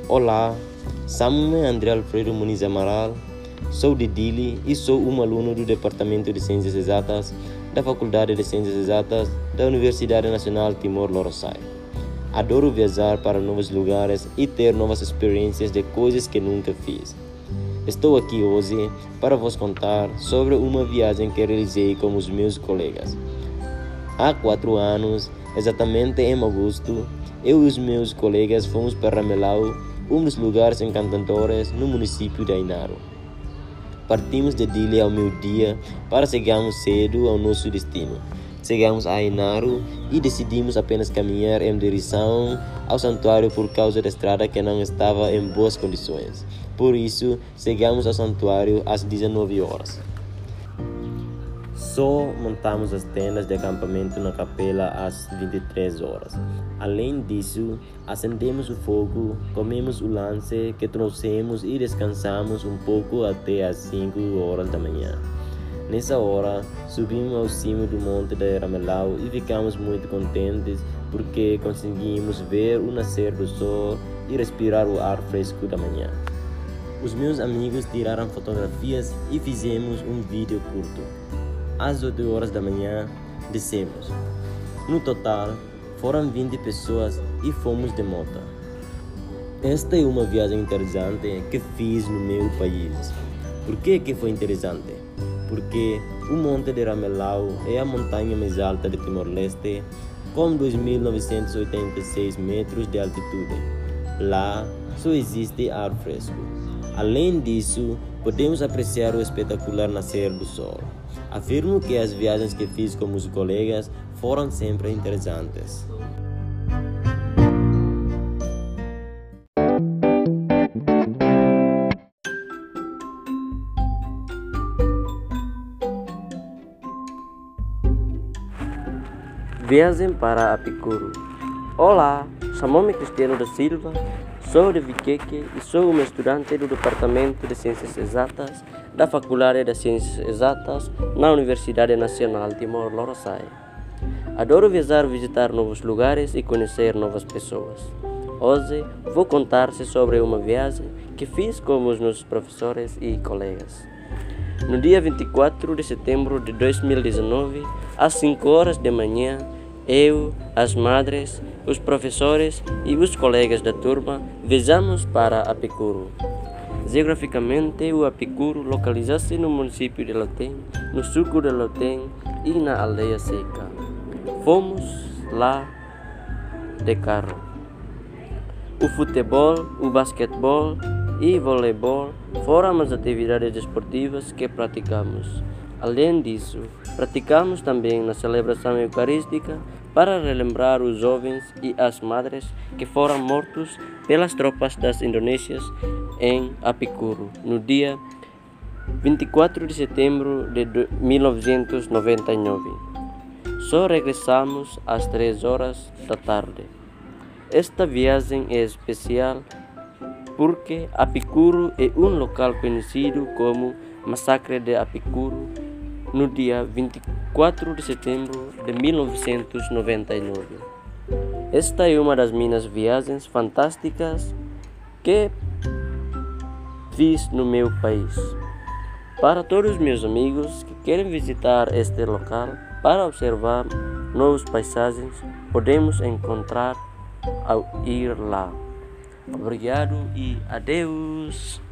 Olá, chamo-me André Alfredo Muniz Amaral, sou de Dili e sou um aluno do Departamento de Ciências Exatas da Faculdade de Ciências Exatas da Universidade Nacional Timor-Leste. Adoro viajar para novos lugares e ter novas experiências de coisas que nunca fiz. Estou aqui hoje para vos contar sobre uma viagem que realizei com os meus colegas. Há 4 anos, exatamente em agosto, eu e os meus colegas fomos para Ramelau, um dos lugares encantadores no município de Ainaro. Partimos de Dili ao meio-dia para chegarmos cedo ao nosso destino. Chegamos a Ainaro e decidimos apenas caminhar em direção ao santuário por causa da estrada que não estava em boas condições. Por isso, chegamos ao santuário às 19 horas. Só montamos as tendas de acampamento na capela às 23 horas. Além disso, acendemos o fogo, comemos o lanche que trouxemos e descansamos um pouco até às 5 horas da manhã. Nessa hora, subimos ao cimo do monte de Ramelau e ficamos muito contentes porque conseguimos ver o nascer do sol e respirar o ar fresco da manhã. Os meus amigos tiraram fotografias e fizemos um vídeo curto. Às 8 horas da manhã, descemos. No total, foram 20 pessoas e fomos de moto. Esta é uma viagem interessante que fiz no meu país. Por que foi interessante? Porque o Monte de Ramelau é a montanha mais alta de Timor-Leste, com 2.986 metros de altitude. Lá só existe ar fresco. Além disso, podemos apreciar o espetacular nascer do sol. Afirmo que as viagens que fiz com os colegas foram sempre interessantes. Viagem para Apicuru. Olá, chamo-me Cristiano da Silva, sou de Viqueque e sou uma estudante do Departamento de Ciências Exatas da Faculdade de Ciências Exatas na Universidade Nacional Timor-Leste. Adoro viajar, visitar novos lugares e conhecer novas pessoas. Hoje vou contar-se sobre uma viagem que fiz com os meus professores e colegas. No dia 24 de setembro de 2019, às 5 horas da manhã, eu, as madres, os professores e os colegas da turma viajamos para Apicuru. Geograficamente, o Apicuru localiza-se no município de Loteng, no sul de Loteng e na Aldeia Seca. Fomos lá de carro. O futebol, o basquetebol e voleibol foram as atividades esportivas que praticamos. Além disso, praticamos também na celebração eucarística para relembrar os jovens e as madres que foram mortos pelas tropas das Indonésias em Apicuru, no dia 24 de setembro de 1999. Só regressamos às 3 horas da tarde. Esta viagem é especial porque Apicuru é um local conhecido como Massacre de Apicuru no dia 24 de setembro de 1999. Esta é uma das minhas viagens fantásticas que fiz no meu país. Para todos os meus amigos que querem visitar este local para observar novas paisagens, podemos encontrar ao ir lá. Obrigado e adeus!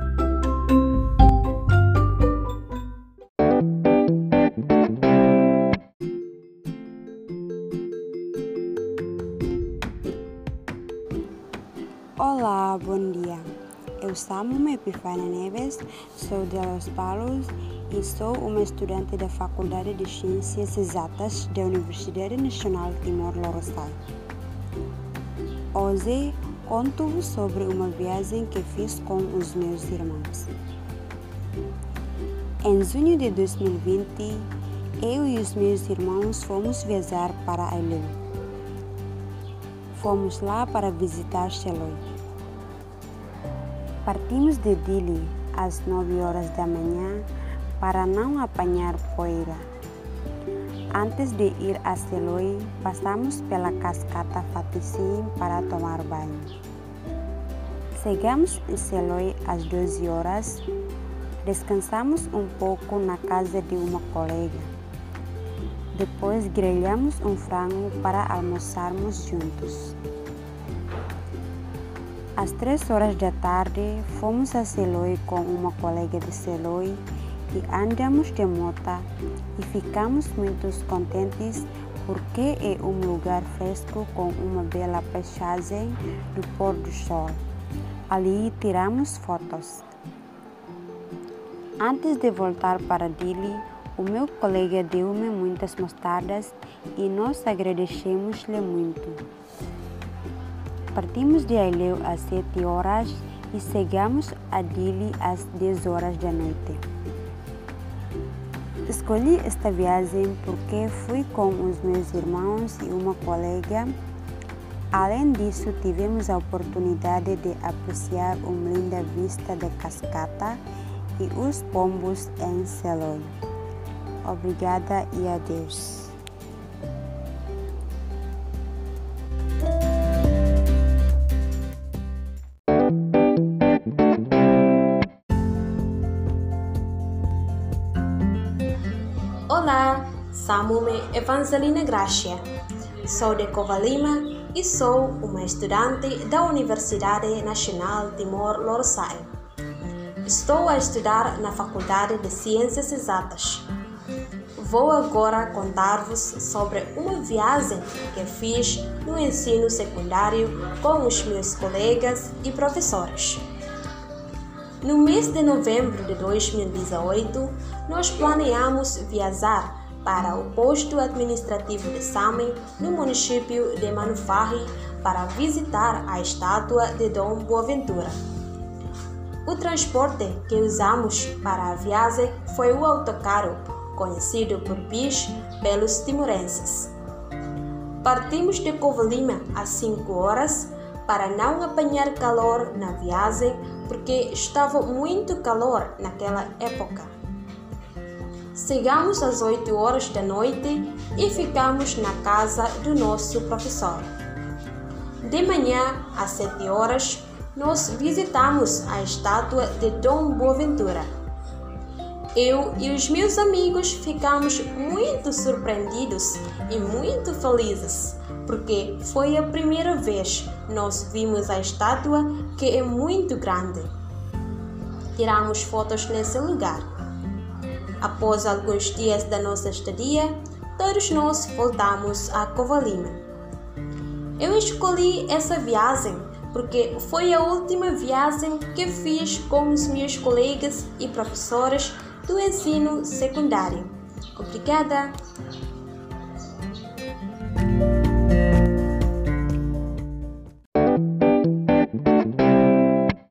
Olá, bom dia. Eu chamo-me Epifania Neves, sou de Los Palos e sou uma estudante da Faculdade de Ciências Exatas da Universidade Nacional Timor-Leste. Hoje conto-vos sobre uma viagem que fiz com os meus irmãos. Em junho de 2020, eu e os meus irmãos fomos viajar para Aileu. Fomos lá para visitar Xeloi. Partimos de Dili às 9 horas da manhã para não apanhar poeira. Antes de ir a Xeloi, passamos pela cascata Faticim para tomar banho. Chegamos em Seloi às 12 horas. Descansamos um pouco na casa de uma colega. Depois grelhamos um frango para almoçarmos juntos. Às 3 horas da tarde, fomos a Seloi com uma colega de Seloi e andamos de moto e ficamos muito contentes porque é um lugar fresco com uma bela paisagem do pôr do sol. Ali tiramos fotos. Antes de voltar para Dili, o meu colega deu-me muitas mostardas e nós agradecemos-lhe muito. Partimos de Aileu às 7 horas e chegamos a Dili às 10 horas da noite. Escolhi esta viagem porque fui com os meus irmãos e uma colega. Além disso, tivemos a oportunidade de apreciar uma linda vista da cascata e os pombos em Seloi. Obrigada e adeus. Olá, chamo-me Evangelina Gracia, sou de Covalima e sou uma estudante da Universidade Nacional Timor-Leste. Estou a estudar na Faculdade de Ciências Exatas. Vou agora contar-vos sobre uma viagem que fiz no ensino secundário com os meus colegas e professores. No mês de novembro de 2018, nós planeamos viajar para o posto administrativo de Same, no município de Manufahi, para visitar a estátua de Dom Boaventura. O transporte que usamos para a viagem foi o autocarro, conhecido por bis pelos timorenses. Partimos de Covalima às 5 horas para não apanhar calor na viagem, porque estava muito calor naquela época. Chegamos às 8 horas da noite e ficamos na casa do nosso professor. De manhã, às 7 horas, nós visitamos a estátua de Dom Boaventura. Eu e os meus amigos ficamos muito surpreendidos e muito felizes, porque foi a primeira vez que nós vimos a estátua, que é muito grande. Tiramos fotos nesse lugar. Após alguns dias da nossa estadia, todos nós voltamos a Covalima. Eu escolhi essa viagem porque foi a última viagem que fiz com os meus colegas e professores do ensino secundário. Obrigada!